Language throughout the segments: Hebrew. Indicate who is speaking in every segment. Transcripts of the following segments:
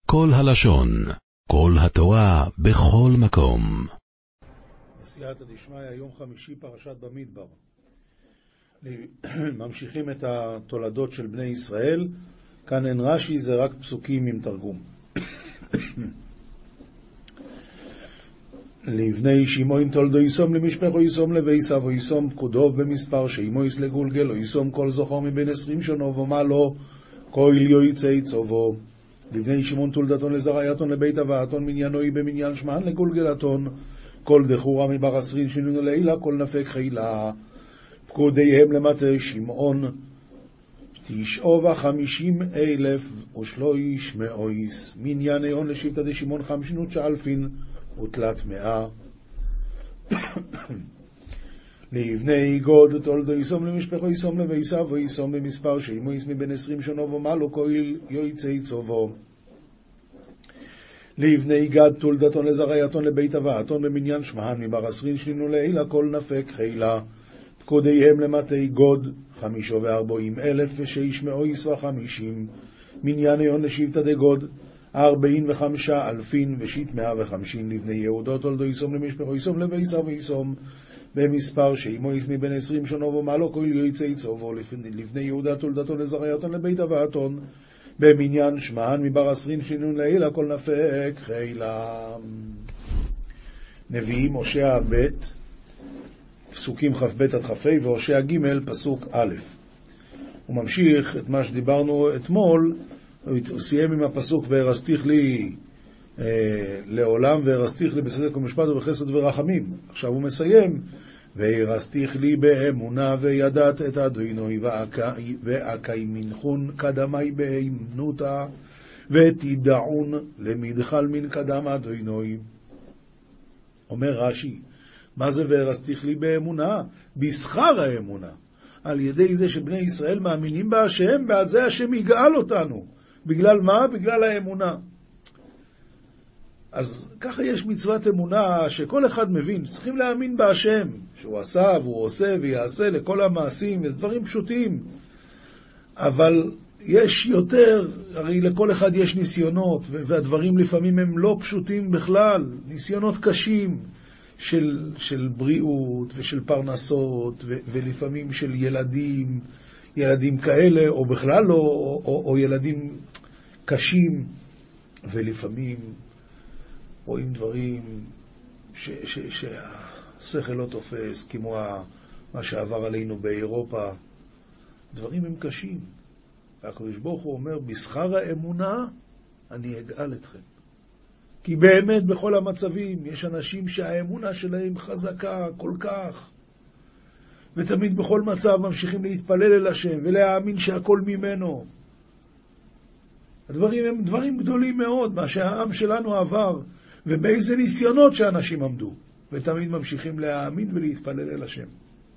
Speaker 1: כל הלשון, כל התורה, בכל מקום.
Speaker 2: בסייעתא דשמיא, יום חמישי, פרשת במדבר. ממשיכים את התולדות של בני ישראל. כאן אין רש"י, זה רק פסוקים עם תרגום. לבני שמעון תולדו יסום למשפחו יסום לבייסב או יסום פקודו במספר שאימויס לגולגל או יסום כל זכור מבין 20 שנו ומה לו כל יועצי צובו. לבני שמעון תולדתון לזרעייתון לבית אבאתון מניינוי במניין שמען לגולגלתון כל דחורה מבר 20 שנו לילה כל נפק חילה פקודיהם למטה שמעון 59,300 מנייני הון לשבטה דשמעון 59,000 ותלת 100. לבני גוד תולדו יסום למשפחו יסום לבייסב ויסום במספר שאימויס מבין 20 שנו ומה לו כל יועצי צובו. לבני גד תולדתון לזרעייתון לבית אבאתון במניין שמען מבר 20 שנו לילה כל נפק חילה פקודיהם למטה גוד 45,650 מנייני הון לשבטה דגוד 45,150 לבני יהודו תולדו יסום למשפחו יסום לבייסב ויסום במספר שאימויס מבין 20 שנו ומה לו כל יועצי צובו. לבני יהודה תולדתו לזרעייתון לבית אבאתון במניין שמען מבר 20 שנו לילה כל נפק חילה. נביאים הושע ב' פסוקים כ"ב עד כ"ה והושע ג' פסוק א'. הוא ממשיך את מה שדיברנו אתמול, הוא סיים עם הפסוק והרסתיך לי לעולם והרסתיך לי בצדק ומשפט ובחסד ורחמים. עכשיו הוא מסיים והרסתיך לי באמונה וידעת את אדוני ואקיימינכון קדמי באמנותה ותדעון למדחל מן קדם אדוני. אומר רש"י, מה זה והרסתיך לי באמונה? בשכר האמונה, על ידי זה שבני ישראל מאמינים בהשם, ועל זה השם יגאל אותנו. בגלל מה? בגלל האמונה. אז ככה יש מצוות אמונה שכל אחד מבין, צריכים להאמין בהשם, שהוא עשה והוא עושה ויעשה לכל המעשים, וזה דברים פשוטים. אבל יש יותר, הרי לכל אחד יש ניסיונות, והדברים לפעמים הם לא פשוטים בכלל, ניסיונות קשים של בריאות ושל פרנסות, ולפעמים של ילדים כאלה, או בכלל לא, או ילדים קשים, ולפעמים רואים דברים שהשכל לא תופס, כמו מה שעבר עלינו באירופה. דברים הם קשים. והקדוש ברוך הוא אומר, בשכר האמונה אני אגאל אתכם. כי באמת בכל המצבים יש אנשים שהאמונה שלהם חזקה כל כך, ותמיד בכל מצב ממשיכים להתפלל אל השם ולהאמין שהכל ממנו. הדברים הם דברים גדולים מאוד, מה שהעם שלנו עבר, ובאיזה ניסיונות שאנשים עמדו, ותמיד ממשיכים להאמין ולהתפלל אל השם.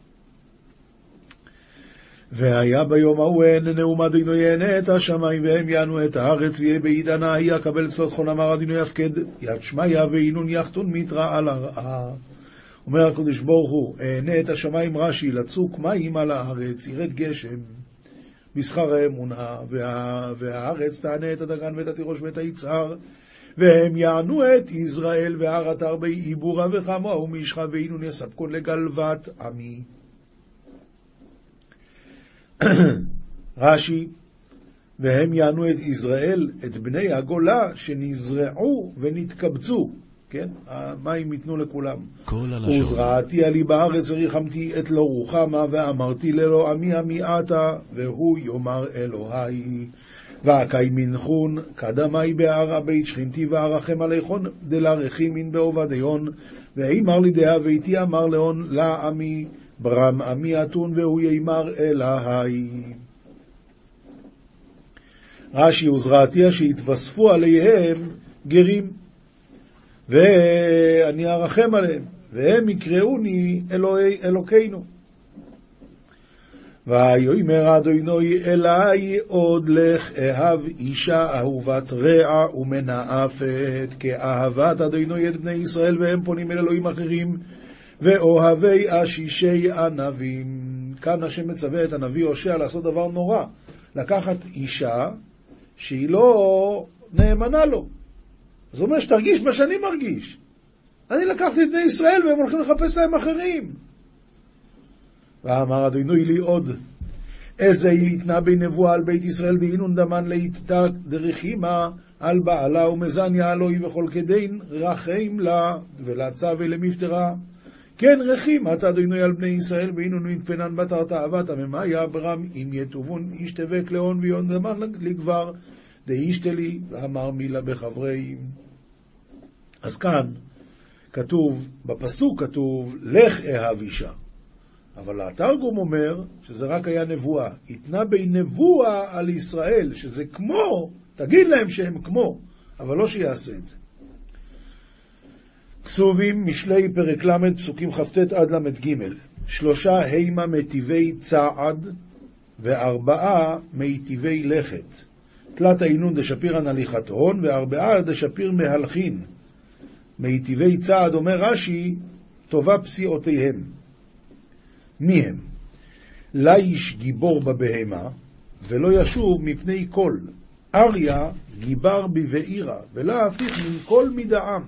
Speaker 2: והיה ביום ההוא נאום אדוני יענה את השמיים והם יענו את הארץ ויהיה בעידנה יקבל צפות חון אמר אדוני יפקד יד שמיה ואינון יחתון מיתרא על הרעה. אומר הקדוש ברוך הוא, הענה את השמיים רש"י, לצוק מים על הארץ, ירד גשם בשכר האמונה, והארץ תענה את הדגן ואת התירוש ואת היצהר, והם יענו את ישראל והרת הרבה עיבורה וחמה ומשחה ואינון יספקון לגלבת עמי. רש"י, והם יענו את ישראל, את בני הגולה שנזרעו ונתקבצו, כן? המים ייתנו לכולם. וזרעתי עלי בארץ וריחמתי את לא רוחמה ואמרתי ללא עמי עמי אתה והוא יאמר אלוהי ואקיימינכון קדמי בהר הבית שכינתי וארחם עליכון דלרחים מן בעובדיון ואימר לי דעה ואיתי אמר להון לה עמי ברם עמי אתון והוא יאמר אלוהי. רש"י, וזרעתיה שהתווספו עליהם גרים ואני ארחם עליהם והם יקראוני אלוקינו. ויאמר אדוני אלי עוד לך אהב אישה אהובת רע ומנאפת כאהבת אדוני את בני ישראל והם פונים אל אלוהים אחרים ואוהבי אשישי ענבים. כאן השם מצווה את הנביא הושע לעשות דבר נורא, לקחת אישה שהיא לא נאמנה לו. זאת אומרת שתרגיש מה שאני מרגיש. אני לקחתי את בני ישראל והם הולכים לחפש להם אחרים. ואמר אדוני לי עוד, איזה להתנה בי נבואה על בית ישראל דהינון דמן להתתה דרחימה על בעלה ומזניה אלוהי וכל כדין רחם לה ולצה ולמפטרה. כן רחימה אתה אדוני על בני ישראל והינון מתפנן בתרת אהבת הממיה ברם אם יטובון איש תבק לאון ויון דמן לגבר דאישתלי ואמר מילה בחבריים. אז כאן כתוב, בפסוק כתוב לך אהב אישה, אבל התרגום אומר שזה רק היה נבואה. התנה בי נבואה על ישראל, שזה כמו, תגיד להם שהם כמו, אבל לא שיעשה את זה. כסובים משלי פרק למד פסוקים כ"ט עד למד ג' 3 הימה מטיבי צעד ו4 מיטיבי לכת. תלת העינון דשפיר הנליכת הון ו4 דשפיר מהלכין. מיטיבי צעד אומר רש"י טובה פסיעותיהם. מי הם? לאיש גיבור בבהמה ולא ישוב מפני כל. אריה גיבר בבעירה ולא הפיך מן כל מדעם.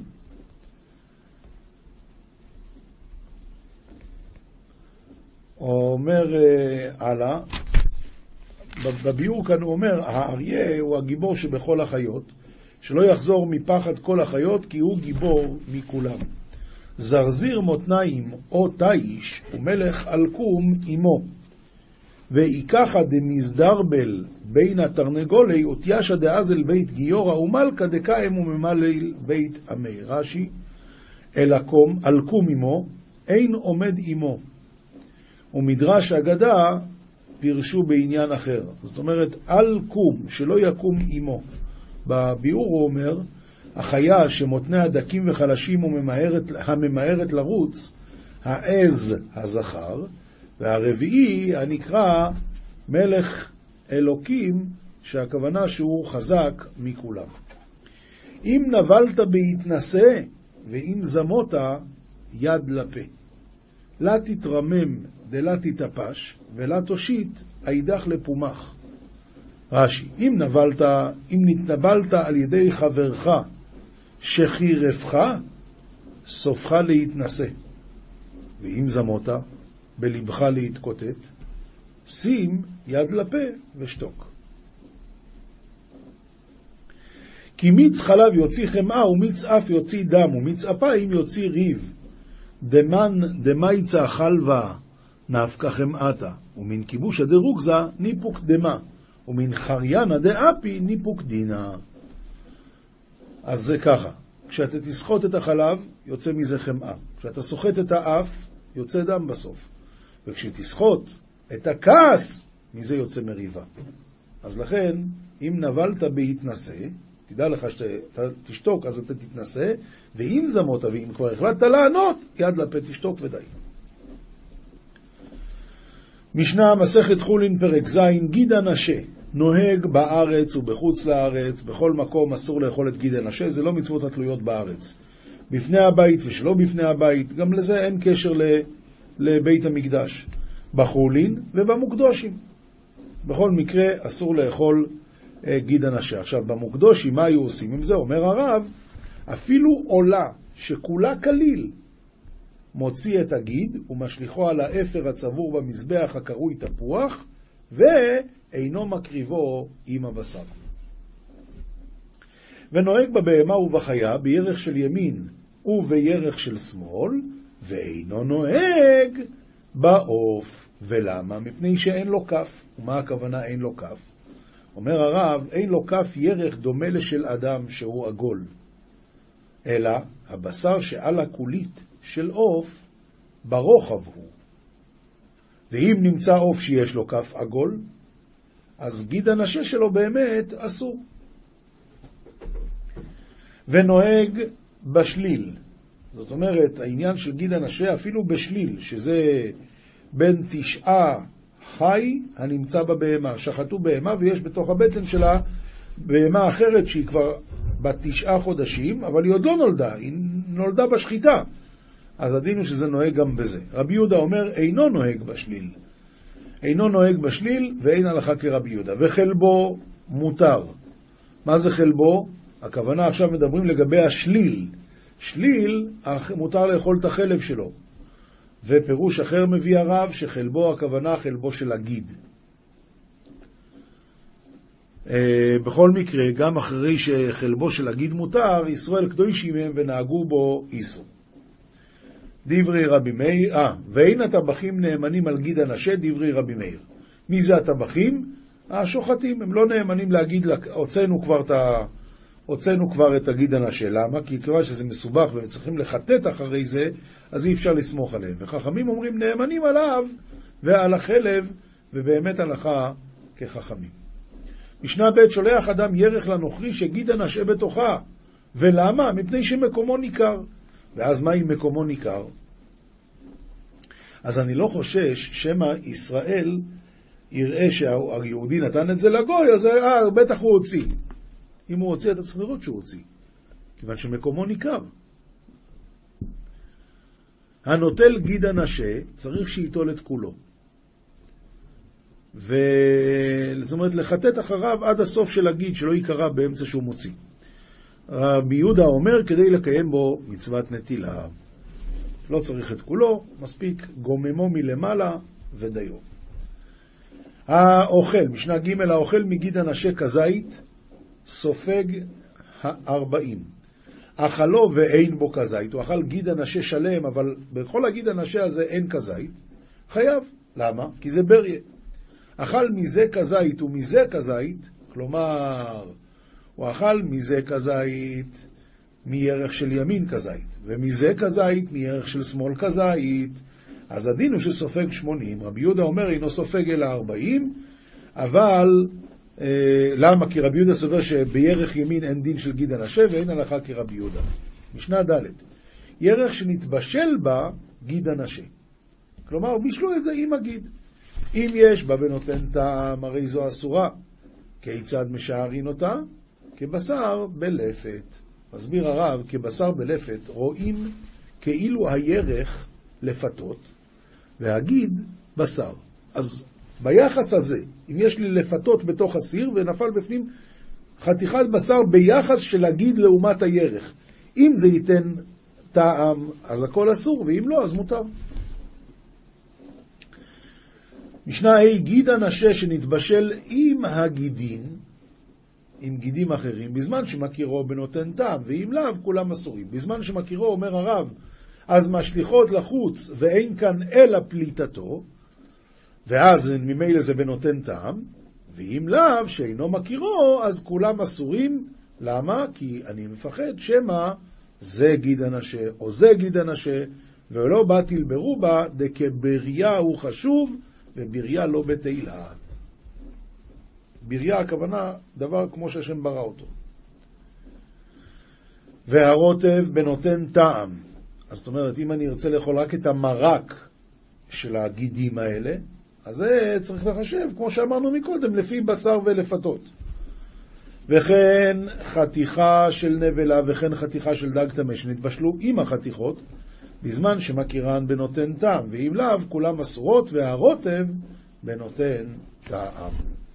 Speaker 2: אומר הלאה, בביאור כאן הוא אומר, האריה הוא הגיבור שבכל החיות, שלא יחזור מפחד כל החיות, כי הוא גיבור מכולם. זרזיר מותניים או תאיש, ומלך אלקום עמו. ויקחה דמזדרבל בין התרנגולי, ותיאשה דאזל בית גיורא, ומלכה דקאם וממלל בית עמי. רש"י, אלקום עמו, אין עומד עמו. ומדרש אגדה פירשו בעניין אחר. זאת אומרת, אל קום, שלא יקום עמו. בביאור הוא אומר, החיה שמותניה דקים וחלשים הממהרת לרוץ, העז הזכר, והרביעי הנקרא מלך אלוקים, שהכוונה שהוא חזק מכולם. אם נבלת בהתנשא, ואם זמות יד לפה. לה תתרמם דלה תתפש, ולה תושיט אידך לפומח. רש"י, אם נתנבלת על ידי חברך שחירפך, סופך להתנשא. ואם זמות בלבך להתקוטט, שים יד לפה ושתוק. כי מיץ חלב יוציא חמאה ומיץ אף יוציא דם ומיץ אפיים יוציא ריב. דמן דמייצה חלבה נפקה חמאתה ומן כיבוש הדרוגזה ניפוק דמה ומן חריינה דאפי ניפוק דינה. אז זה ככה, כשאתה תסחוט את החלב יוצא מזה חמאה, כשאתה סוחט את האף יוצא דם בסוף, וכשתסחוט את הכעס מזה יוצא מריבה. אז לכן אם נבלת בהתנשא, תדע לך שאתה תשתוק אז אתה תתנשא, ואם זמות ואם כבר החלטת לענות יד לפה תשתוק ודי. משנה מסכת חולין פרק ז' גיד הנשה נוהג בארץ ובחוץ לארץ, בכל מקום אסור לאכול את גיד הנשה, זה לא מצוות התלויות בארץ, בפני הבית ושלא בפני הבית, גם לזה אין קשר לבית המקדש, בחולין ובמוקדושים, בכל מקרה אסור לאכול גיד הנשה. עכשיו במוקדושים מה היו עושים עם זה? אומר הרב, אפילו עולה שכולה כליל מוציא את הגיד ומשליחו על האפר הצבור במזבח הקרוי תפוח, ואינו מקריבו עם הבשר. ונוהג בבהמה ובחיה בירך של ימין ובירך של שמאל, ואינו נוהג בעוף. ולמה? מפני שאין לו כף. ומה הכוונה אין לו כף? אומר הרב, אין לו כף ירך דומה לשל אדם שהוא עגול, אלא הבשר שעל הכולית של עוף ברוחב הוא. ואם נמצא עוף שיש לו כף עגול, אז גיד הנשה שלו באמת אסור. ונוהג בשליל. זאת אומרת, העניין של גיד הנשה אפילו בשליל, שזה בין 9 חי הנמצא בבהמה. שחטו בהמה ויש בתוך הבטן שלה בהמה אחרת שהיא כבר בת 9 חודשים, אבל היא עוד לא נולדה, היא נולדה בשחיטה. אז הדין הוא שזה נוהג גם בזה. רבי יהודה אומר, אינו נוהג בשליל. אינו נוהג בשליל ואין הלכה כרבי יהודה. וחלבו מותר. מה זה חלבו? הכוונה עכשיו מדברים לגבי השליל. שליל, מותר לאכול את החלב שלו. ופירוש אחר מביא הרב שחלבו הכוונה חלבו של הגיד. בכל מקרה, גם אחרי שחלבו של הגיד מותר, ישראל קדושים הם ונהגו בו איסור. דברי רבי מאיר, ואין הטבחים נאמנים על גיד הנשה, דברי רבי מאיר. מי זה הטבחים? השוחטים, הם לא נאמנים להגיד, הוצאנו כבר את הגיד הנשה. למה? כי כיוון שזה מסובך וצריכים לחטט אחרי זה, אז אי אפשר לסמוך עליהם. וחכמים אומרים נאמנים עליו ועל החלב, ובאמת הלכה כחכמים. משנה ב' שולח אדם ירך לנוכרי שגיד הנשה בתוכה. ולמה? מפני שמקומו ניכר. ואז מה אם מקומו ניכר? אז אני לא חושש שמא ישראל יראה שהיהודי נתן את זה לגוי, אז בטח הוא הוציא. אם הוא הוציא, אתה צריך לראות שהוא הוציא. כיוון שמקומו ניכר. הנוטל גיד הנשה צריך שיטול את כולו. זאת אומרת, לחטט אחריו עד הסוף של הגיד, שלא יקרה באמצע שהוא מוציא. רבי יהודה אומר, כדי לקיים בו מצוות נטילה. לא צריך את כולו, מספיק גוממו מלמעלה ודיו. האוכל, משנה ג' האוכל מגיד הנשה כזית, סופג 40. אכלו ואין בו כזית, הוא אכל גיד הנשה שלם, אבל בכל הגיד הנשה הזה אין כזית, חייב. למה? כי זה בריה. אכל מזה כזית ומזה כזית, כלומר, הוא אכל מזה כזית מירך של ימין כזית, ומזה כזית מירך של שמאל כזית, אז הדין הוא שסופג 80. רבי יהודה אומר, אינו סופג אלא 40, אבל למה? כי רבי יהודה סובר שבירך ימין אין דין של גיד הנשה, ואין הלכה כרבי יהודה. משנה ד' ירך שנתבשל בה גיד הנשה. כלומר, בישלו את זה עם הגיד. אם יש בה ונותן טעם, הרי זו אסורה. כיצד משערין אותה? כבשר בלפת. מסביר הרב, כבשר בלפת רואים כאילו הירך לפתות, והגיד בשר. אז ביחס הזה, אם יש לי לפתות בתוך הסיר ונפל בפנים חתיכת בשר ביחס של הגיד לעומת הירך, אם זה ייתן טעם, אז הכל אסור, ואם לא, אז מותר. משנה ה' גיד הנשה שנתבשל עם הגידין, עם גידים אחרים, בזמן שמכירו בנותן טעם, ואם לאו כולם אסורים. בזמן שמכירו אומר הרב, אז משליחות לחוץ ואין כאן אלא פליטתו, ואז ממילא זה בנותן טעם, ואם לאו שאינו מכירו, אז כולם אסורים. למה? כי אני מפחד שמה זה גיד הנשה או זה גיד הנשה, ולא באתי ברובה דקבריה הוא חשוב ובריה לא בתהילה. בריה הכוונה דבר כמו שהשם ברא אותו. והרוטב בנותן טעם. אז זאת אומרת, אם אני ארצה לאכול רק את המרק של הגידים האלה, אז זה צריך לחשב, כמו שאמרנו מקודם, לפי בשר ולפתות. וכן חתיכה של נבלה וכן חתיכה של דג טמא שנתבשלו עם החתיכות, בזמן שמכירן בנותן טעם, ואם לאו כולם אסורות, והרוטב בנותן טעם.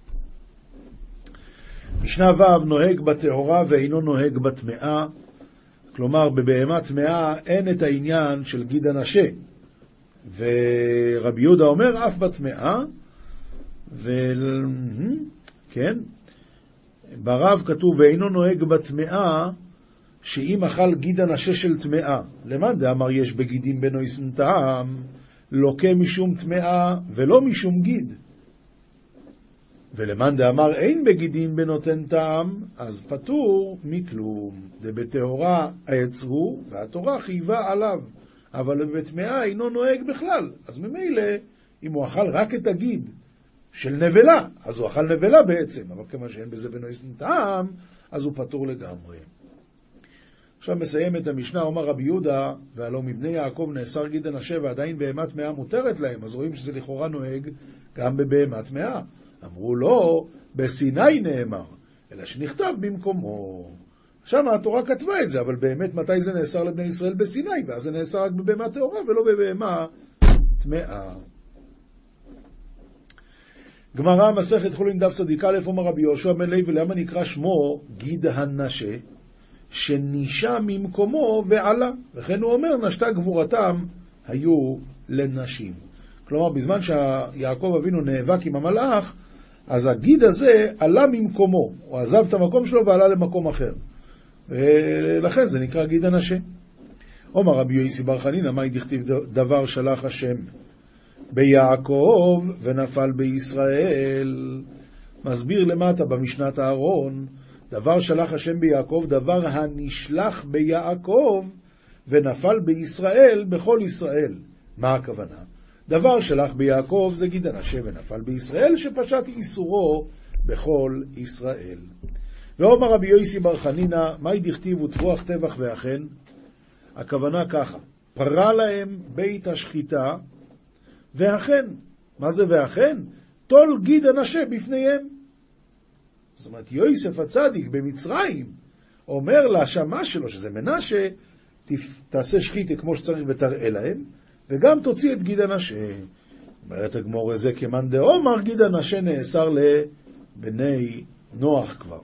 Speaker 2: משנה ו' נוהג בטהורה ואינו נוהג בטמאה, כלומר בבהמה טמאה אין את העניין של גיד הנשה, ורבי יהודה אומר אף בטמאה, כן, ברב כתוב ואינו נוהג בטמאה, שאם אכל גיד הנשה של טמאה, למאן דאמר יש בגידים בנויסן טעם, לוקה משום טמאה ולא משום גיד, ולמאן דאמר אין בגידים בנותן טעם, אז פטור מכלום. דבטהורה העצרו והתורה חייבה עליו, אבל בטמאה אינו נוהג בכלל. אז ממילא אם הוא אכל רק את הגיד של נבלה, אז הוא אכל נבלה בעצם, אבל כמה שאין בזה בנויסן טעם, אז הוא פטור לגמרי. עכשיו מסיים את המשנה, אומר רבי יהודה, והלא מבני יעקב נאסר גיד הנשה ועדיין בהמה טמאה מותרת להם, אז רואים שזה לכאורה נוהג גם בבהמה טמאה. אמרו לו, בסיני נאמר, אלא שנכתב במקומו. שם התורה כתבה את זה, אבל באמת מתי זה נאסר לבני ישראל בסיני? ואז זה נאסר רק בבהמה טהורה ולא בבהמה טמאה. גמרא מסכת חולין דף צדיק א', אומר רבי יהושע בן לוי, ולמה נקרא שמו גיד הנשה? שנישה ממקומו ועלה, וכן הוא אומר נשתה גבורתם היו לנשים. כלומר בזמן שיעקב אבינו נאבק עם המלאך, אז הגיד הזה עלה ממקומו, הוא עזב את המקום שלו ועלה למקום אחר, ולכן זה נקרא גיד הנשה. אומר רבי יוסי בר חנינא, מה דכתיב דבר שלח השם ביעקב ונפל בישראל? מסביר למטה במשנת הארון, דבר שלח השם ביעקב, דבר הנשלח ביעקב ונפל בישראל בכל ישראל. מה הכוונה? דבר שלח ביעקב זה גיד הנשה ונפל בישראל, שפשט איסורו בכל ישראל. ואומר רבי יוסי בר חנינא, מה דכתיב וטבוח טבח ואכן? הכוונה ככה, פרה להם בית השחיטה ואכן. מה זה ואכן? תול גיד הנשה בפניהם. זאת אומרת, יוסף הצדיק במצרים אומר לשמש שלו, שזה מנשה, תעשה שחיטה כמו שצריך ותראה להם, וגם תוציא את גיד הנשה. אומרת הגמור הזה, כמאן דאמר גיד הנשה נאסר לבני נוח כבר.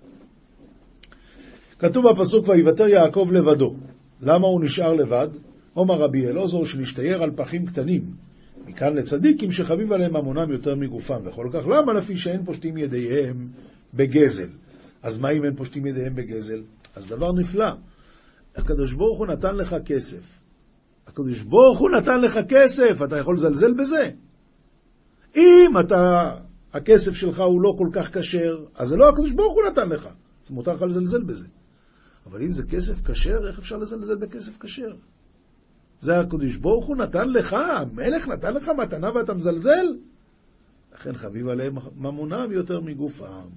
Speaker 2: כתוב בפסוק, ויוותר יעקב לבדו. למה הוא נשאר לבד? אומר רבי אלעזר, שנשתייר על פחים קטנים, מכאן לצדיקים שחביב עליהם ממונם יותר מגופם, וכל כך למה? לפי שאין פושטים ידיהם בגזל. אז מה אם אין פושטים ידיהם בגזל? אז דבר נפלא, הקדוש ברוך הוא נתן לך כסף. הקדוש ברוך הוא נתן לך כסף, אתה יכול לזלזל בזה? אם הכסף שלך הוא לא כל כך כשר, אז זה לא הקדוש ברוך הוא נתן לך, אז מותר לך לזלזל בזה. אבל אם זה כסף כשר, איך אפשר לזלזל בכסף כשר? זה הקדוש ברוך הוא נתן לך, המלך נתן לך מתנה ואתה מזלזל? לכן חביב עליהם ממונם יותר מגופם.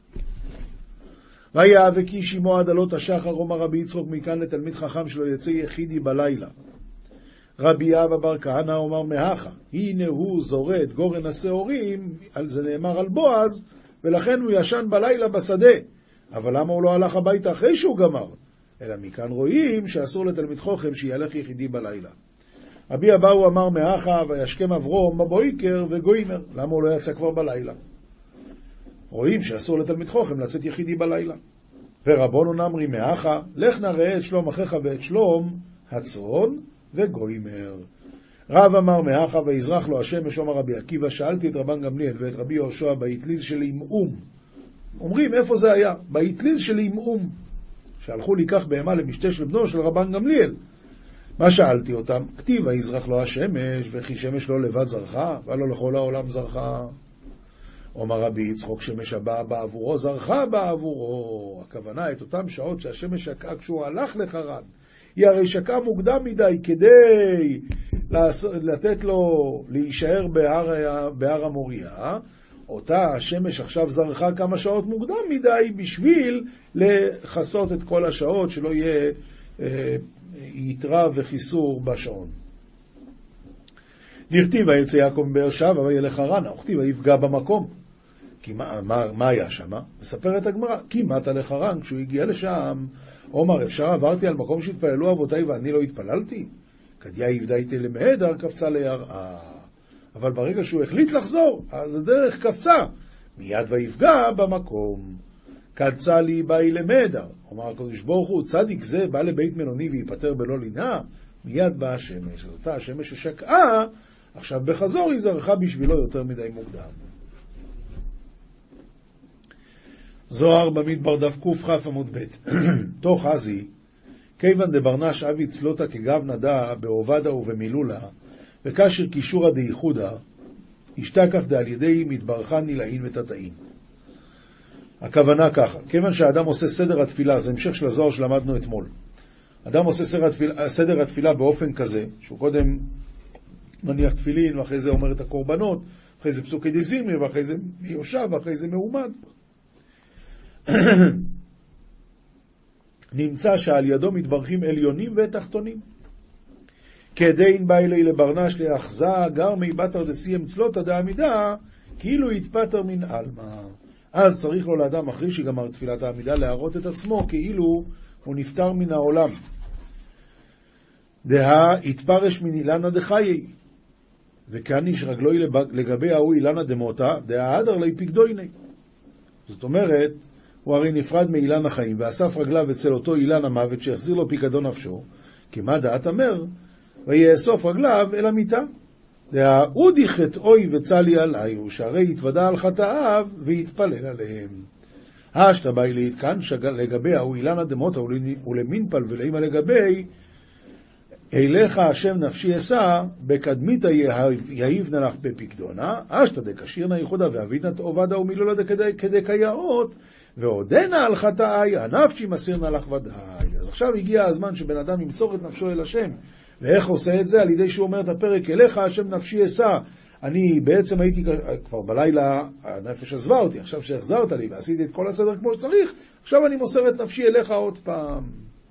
Speaker 2: ויהא כי שימו עד עלות השחר, אומר רבי יצחוק, מכאן לתלמיד חכם שלו יצא יחידי בלילה. רבי אבא בר כהנא אומר מהכה, הנה הוא זורד גורן השעורים, זה נאמר על בועז, ולכן הוא ישן בלילה בשדה. אבל למה הוא לא הלך הביתה אחרי שהוא גמר? אלא מכאן רואים שאסור לתלמיד חוכם שילך יחידי בלילה. רבי אבאו אמר מהכה, וישכם אברום בבויקר וגוימר. למה הוא לא יצא כבר בלילה? רואים שאסור לתלמיד חוכם לצאת יחידי בלילה. ורבונון אמרי מהכה, לך נראה את שלום אחיך ואת שלום הצאן וגוימר. רב אמר מהכה, ויזרח לו השמש, אומר רבי עקיבא, שאלתי את רבן גמליאל ואת רבי יהושע באטליז של אימאום. אומרים איפה זה היה? באטליז של אימאום, שהלכו לקח בהמה למשתה של בנו של רבן גמליאל. מה שאלתי אותם? כתיב ויזרח לו השמש, וכי שמש לא לבד זרחה, ולא לכל העולם זרחה. אומר רבי יצחוק, שמש הבאה בעבורו זרחה בעבורו. הכוונה את אותם שעות שהשמש שקעה כשהוא הלך לחרן, היא הרי שקעה מוקדם מדי כדי לתת לו להישאר בהר המוריה. אותה השמש עכשיו זרחה כמה שעות מוקדם מדי בשביל לחסות את כל השעות, שלא יהיה יתרה וחיסור בשעון. דכתיב ויצא יעקב מבאר שבע וילך חרנה, וכתיב ויפגע במקום. כי מה היה שם? מספרת הגמרא, כי מתה לחרן כשהוא הגיע לשם. אומר, אפשר עברתי על מקום שהתפללו אבותיי ואני לא התפללתי? כדיה יבדייתי למהדר, קפצה ליראה. אבל ברגע שהוא החליט לחזור, אז הדרך קפצה. מיד ויפגע במקום. קצה לי באי למהדר. אומר הקדוש ברוך הוא, צדיק זה בא לבית מלוני ויפטר בלא לינה, מיד באה השמש. אז אותה השמש ששקעה, עכשיו בחזור היא זרחה בשבילו יותר מדי מוקדם. זוהר במדבר דף קכ עמוד ב' תוך עזי, כיוון דברנש אבי צלותה כגב נדה בעובדה ובמילולה, וכאשר קישורא דייחודה, השתכח על ידי מדברכה נילאין ותתאין. הכוונה ככה, כיוון שהאדם עושה סדר התפילה, זה המשך של הזוהר שלמדנו אתמול. אדם עושה סדר התפילה באופן כזה, שהוא קודם מניח תפילין, ואחרי זה אומר את הקורבנות, אחרי זה פסוקי דזמרי, ואחרי זה מיושב, ואחרי זה מעומד. נמצא שעל ידו מתברכים עליונים ותחתונים. כדין בא אלי לברנש לאחזה גרמי בתר דסיים צלותה דעמידה, כאילו יתפטר מן אלמה. אז צריך לו לאדם אחרי שגמר תפילת העמידה להראות את עצמו כאילו הוא נפטר מן העולם. דה יתפרש מן אילנה דחיי. וכאניש רגלוי לגבי ההוא אילנה דמותה, דהאדר לי פקדויני. זאת אומרת, הוא הרי נפרד מאילן החיים, ואסף רגליו אצל אותו אילן המוות שהחזיר לו פיקדון נפשו, כי מה דעת אמר? ויאסוף רגליו אל המיטה. דהאודי חטאוי וצלי עליו, שהרי התוודע על חטאיו והתפלל עליהם. השתבאי להתקן לגבי ההוא אילנה דמותה ולמינפל ולאמא לגבי אליך השם נפשי אשא, בקדמיתה יהיב נלך בפקדונה, אשתא דקשירנה ייחודה ואביתנה עובדה ומילולה כדי קייאות, ועודנה על חטאי, הנפשי מסיר נלך ודאי. אז עכשיו הגיע הזמן שבן אדם ימסור את נפשו אל השם. ואיך עושה את זה? על ידי שהוא אומר את הפרק, אליך השם נפשי אשא. אני בעצם הייתי, כבר בלילה הנפש עזבה אותי, עכשיו שהחזרת לי ועשיתי את כל הסדר כמו שצריך, עכשיו אני מוסר את נפשי אליך עוד פעם.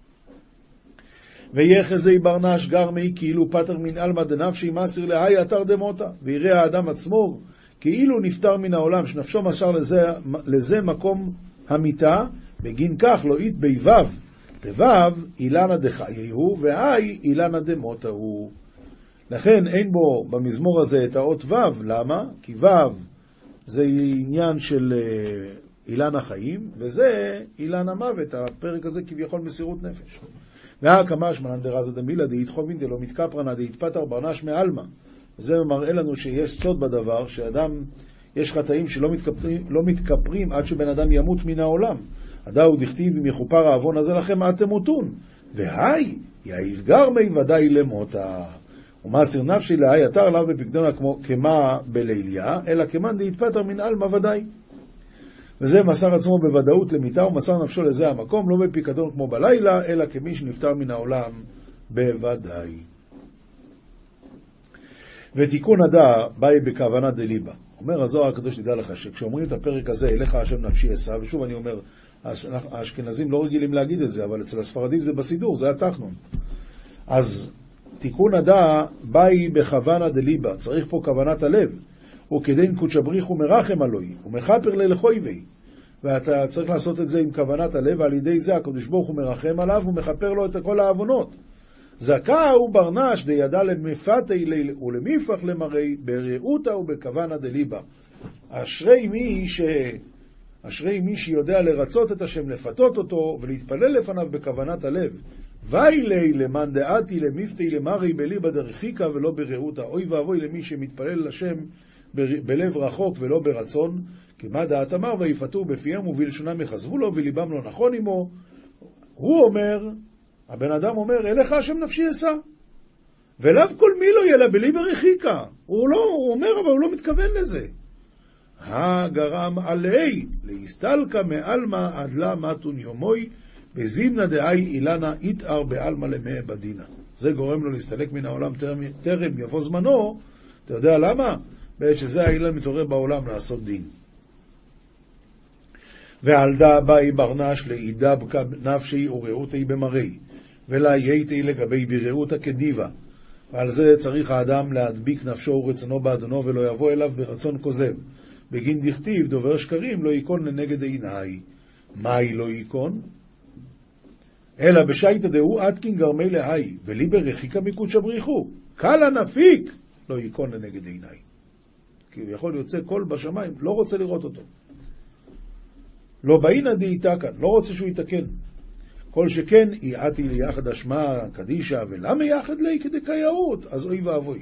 Speaker 2: ויחזי ברנש גרמי כאילו פטר מן אלמא דנפשי מסיר להי אתר דמותה, ויראה האדם עצמו כאילו נפטר מן העולם, שנפשו מסר לזה מקום המיטה, בגין כך לא אית ביבב, תבב אילנה דחייהו, והי אילנה דמותה הוא. לכן אין בו במזמור הזה את האות וו. למה? כי וו זה עניין של אילן החיים, וזה אילן המוות. הפרק הזה כביכול מסירות נפש. והקמש מנן דרזה דמילה דהית חובין דלא מתקפרנה דהית פטר ברנש מאלמה. זה מראה לנו שיש סוד בדבר, שאדם, יש חטאים שלא מתקפרים עד שבן אדם ימות מן העולם. הדאו דכתיב אם יכופר העוון הזה לכם עד תמותון. והי יהיב גרמי ודאי למותה. ומסיר נפשי להי אתר לאו בפקדונה כמה בליליה, אלא כמן דהתפטר מן אלמה ודאי. וזה מסר עצמו בוודאות למיטה, ומסר נפשו לזה המקום, לא בפיקדון כמו בלילה, אלא כמי שנפטר מן העולם בוודאי. ותיקון הדע באי בכוונה דליבה. אומר הזוהר הקדוש, תדע לך שכשאומרים את הפרק הזה, אליך השם נפשי אשא, ושוב אני אומר, האשכנזים לא רגילים להגיד את זה, אבל אצל הספרדים זה בסידור, זה התחנון. אז תיקון הדע באי בכוונה דליבה, צריך פה כוונת הלב. וכדין קודש בריך ומרחם עלוי, ומחפר ללחויבי. ואתה צריך לעשות את זה עם כוונת הלב, ועל ידי זה הקדוש ברוך הוא מרחם עליו, ומחפר לו את כל העוונות. זכה הוא ברנש דידע למפתי ולמפח למראי, ברעותה ובכוונה דליבה. אשרי מי שיודע לרצות את השם, לפתות אותו, ולהתפלל לפניו בכוונת הלב. ואילי למאן דעתי למפתי למראי בליבה דרחיקה ולא ברעותה. אוי ואבוי למי שמתפלל לשם בלב רחוק ולא ברצון, כי מה דעת אמר ויפתו בפיהם ובלשונם יחזבו לו וליבם לא נכון עמו. הוא אומר, הבן אדם אומר, אליך השם נפשי אשא, ולאו כל מי לא יהיה לה בליבה רחיקה. הוא אומר, אבל הוא לא מתכוון לזה. הגרם עלי להסתלקה מאלמה עד לה מתון יומוי בזימנה דאי אילנה יתאר באלמה למאה בדינה. זה גורם לו להסתלק מן העולם טרם יבוא זמנו. אתה יודע למה? בעת שזה האילן מתעורר בעולם לעשות דין. ועל דה באי ברנש לעידב נפשי ורעותי במראי, ולה יהיתי לגבי ברעותה כדיבה. ועל זה צריך האדם להדביק נפשו ורצונו באדונו, ולא יבוא אליו ברצון כוזב. בגין דכתיב דובר שקרים לא יקון לנגד עיניי. מהי לא יקון? אלא בשייטה דהו עתקין גרמי להי, וליבר רחיקה מקודש בריחו. קל הנפיק לא יקון לנגד עיניי. כי הוא יכול יוצא קול בשמיים, לא רוצה לראות אותו. לא באינה דהיתה כאן, לא רוצה שהוא יתקן. כל שכן, יעתי לי יחד אשמה קדישה, ולמה יחד לי כדי קייאות? אז אוי ואבוי.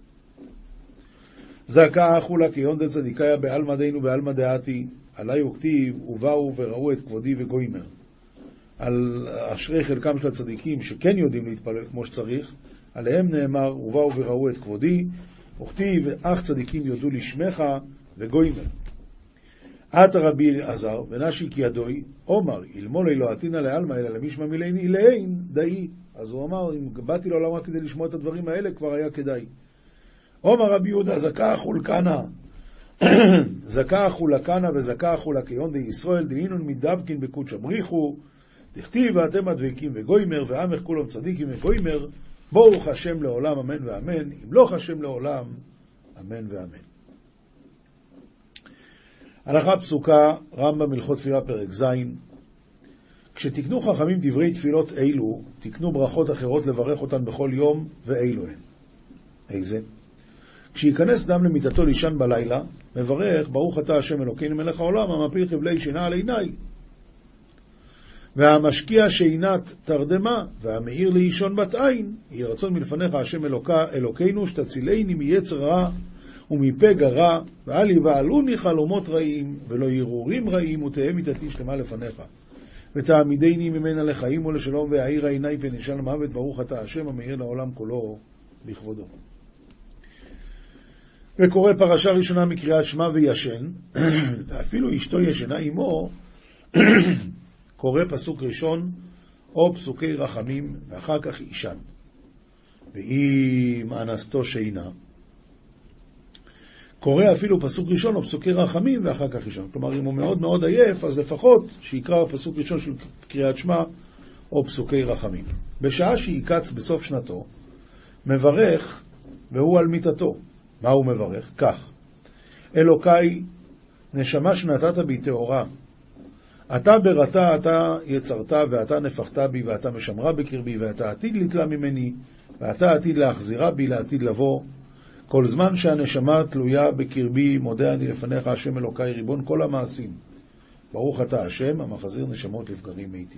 Speaker 2: זעקה אחולה כיון דה צדיקיה בעלמא דיינו בעלמא דעתי, עלי וכתיב, ובאו וראו את כבודי וגוימר. על אשרי חלקם של הצדיקים שכן יודעים להתפלל כמו שצריך, עליהם נאמר, ובאו וראו את כבודי, וכתיב, אך צדיקים יודו לשמך וגוימר. עתה רבי עזר, ונשיק ידוי, אומר, אלמול לא עתינה לאלמה, אלא למשמע מילאיני לעין דאי. אז הוא אמר, אם באתי לעולם רק כדי לשמוע את הדברים האלה, כבר היה כדאי. אומר רבי יהודה, זכה חולקנה, זכה חולקנה וזכה חולקיון די ישראל, דהינון מדבקין בקודש בריחו, דכתיב ואתם הדבקים וגוימר, ועמך כולם צדיקים וגוימר, ברוך השם לעולם אמן ואמן, אם לא השם לעולם אמן ואמן. הלכה פסוקה, רמב"ם הלכות תפילה פרק ז'. כשתקנו חכמים דברי תפילות אילו, תקנו ברכות אחרות לברך אותן בכל יום, ואילו הן. איזה? כשיכנס דם למיטתו לישן בלילה, מברך, ברוך אתה השם אלוקינו מלך העולם, המפיל חבלי שינה על עיניי. והמשקיע שינת תרדמה, והמאיר לישון בת עין, יהי רצון מלפניך השם אלוקינו, שתצילני מיצר רע ומפגע רע, ואל יבעלוני חלומות רעים, ולא ירורים רעים, ותהא מיתתי שלמה לפניך. ותעמידני ממנה לחיים ולשלום, והעיר עיני פן ישן למוות, ברוך אתה השם המאיר לעולם כולו לכבודו. וקורא פרשה ראשונה מקריאת שמע וישן, ואפילו אשתו ישנה עמו, קורא פסוק ראשון או פסוקי רחמים, ואחר כך ישן. ואם אנסתו שינה, קורא אפילו פסוק ראשון או פסוקי רחמים, ואחר כך ישן. כלומר, אם הוא מאוד מאוד עייף, אז לפחות שיקרא פסוק ראשון של קריאת שמע או פסוקי רחמים. בשעה שיקץ בסוף שנתו, מברך, והוא על מיטתו. מה הוא מברך? כך: אלוקיי, נשמה שנתת בי טהורה, אתה ברתה, אתה יצרת, ואתה נפחת בי, ואתה משמרה בקרבי, ואתה עתיד לתלה ממני, ואתה עתיד להחזירה בי לעתיד לבוא. כל זמן שהנשמה תלויה בקרבי, מודה אני לפניך השם אלוקיי, ריבון כל המעשים. ברוך אתה השם, המחזיר נשמות לפגרים מתים.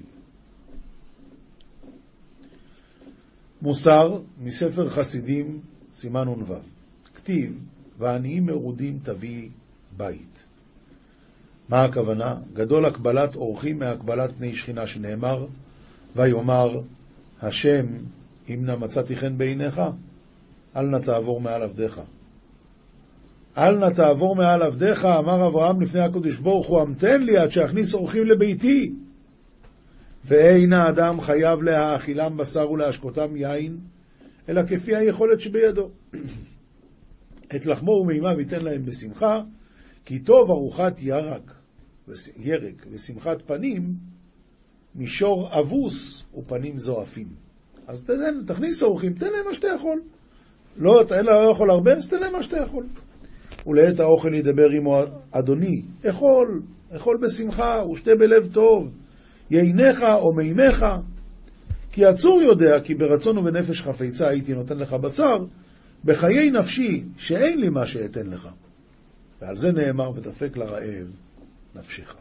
Speaker 2: מוסר מספר חסידים, סימן נ"ו. כתיב, ועניים מרודים תביא בית. מה הכוונה? גדול הקבלת אורחים מהקבלת פני שכינה, שנאמר, ויאמר השם אם נא מצאתי חן בעיניך, אל נא תעבור מעל עבדיך. אל נא תעבור מעל עבדיך, אמר אברהם לפני הקדוש ברוך הוא, המתן לי עד שיכניס אורחים לביתי. ואין האדם חייב להאכילם בשר ולהשקותם יין, אלא כפי היכולת שבידו. את לחמו ומימה ויתן להם בשמחה, כי טוב ארוחת ירק ושמחת פנים מישור אבוס ופנים זועפים. אז תכניס אורחים, תן להם מה שאתה יכול. לא, אתה לא יכול הרבה, אז תן להם מה שאתה יכול. ולעת האוכל ידבר עמו אדוני, אכול בשמחה ושתה בלב טוב, יינך או מימך, כי הצור יודע כי ברצון ובנפש חפצה הייתי נותן לך בשר, בחיי נפשי שאין לי מה שאתן לך. ועל זה נאמר, ותפק לרעב נפשך.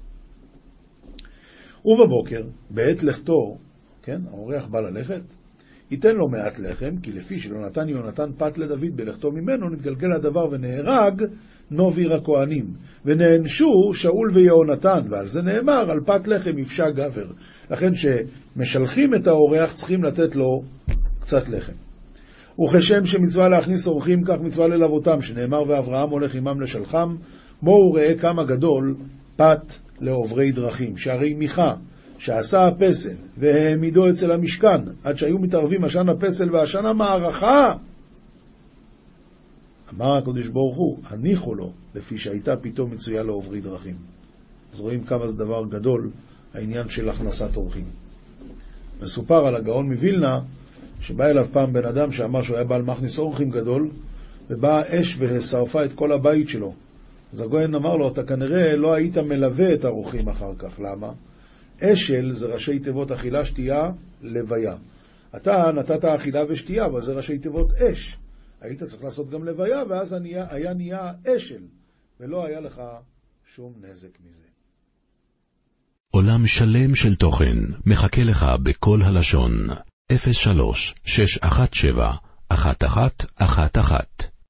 Speaker 2: ובבוקר, בעת לכתו, כן, האורח בא ללכת, ייתן לו מעט לחם, כי לפי שלא נתן יונתן פת לדוד בלכתו ממנו, נתגלגל הדבר ונהרג נוביר הכהנים, ונענשו שאול ויהונתן, ועל זה נאמר, על פת לחם יפשע גבר. לכן שמשלחים את האורח צריכים לתת לו קצת לחם. וכשם שמצווה להכניס אורחים, כך מצווה ללוותם, שנאמר ואברהם הולך עמם לשלחם, בואו ראה כמה גדול פת לעוברי דרכים, שהרי מיכה שעשה הפסל והעמידו אצל המשכן, עד שהיו מתערבים עשן הפסל ועשן המערכה, אמר הקדוש ברוך הוא, הניחו לו, לפי שהייתה פתאום מצויה לעוברי דרכים. אז רואים כמה זה דבר גדול, העניין של הכנסת אורחים. מסופר על הגאון מווילנה, שבא אליו פעם בן אדם שאמר שהוא היה בעל מכניס אורחים גדול, ובאה אש והשרפה את כל הבית שלו. אז הגאון אמר לו, אתה כנראה לא היית מלווה את האורחים אחר כך. למה? אשל זה ראשי תיבות אכילה, שתייה, לוויה. אתה נתת אכילה ושתייה, אבל זה ראשי תיבות אש. היית צריך לעשות גם לוויה, ואז היה נהיה אשל, ולא היה לך שום נזק מזה.
Speaker 1: עולם שלם של תוכן מחכה לך בכל הלשון. 03-617-1111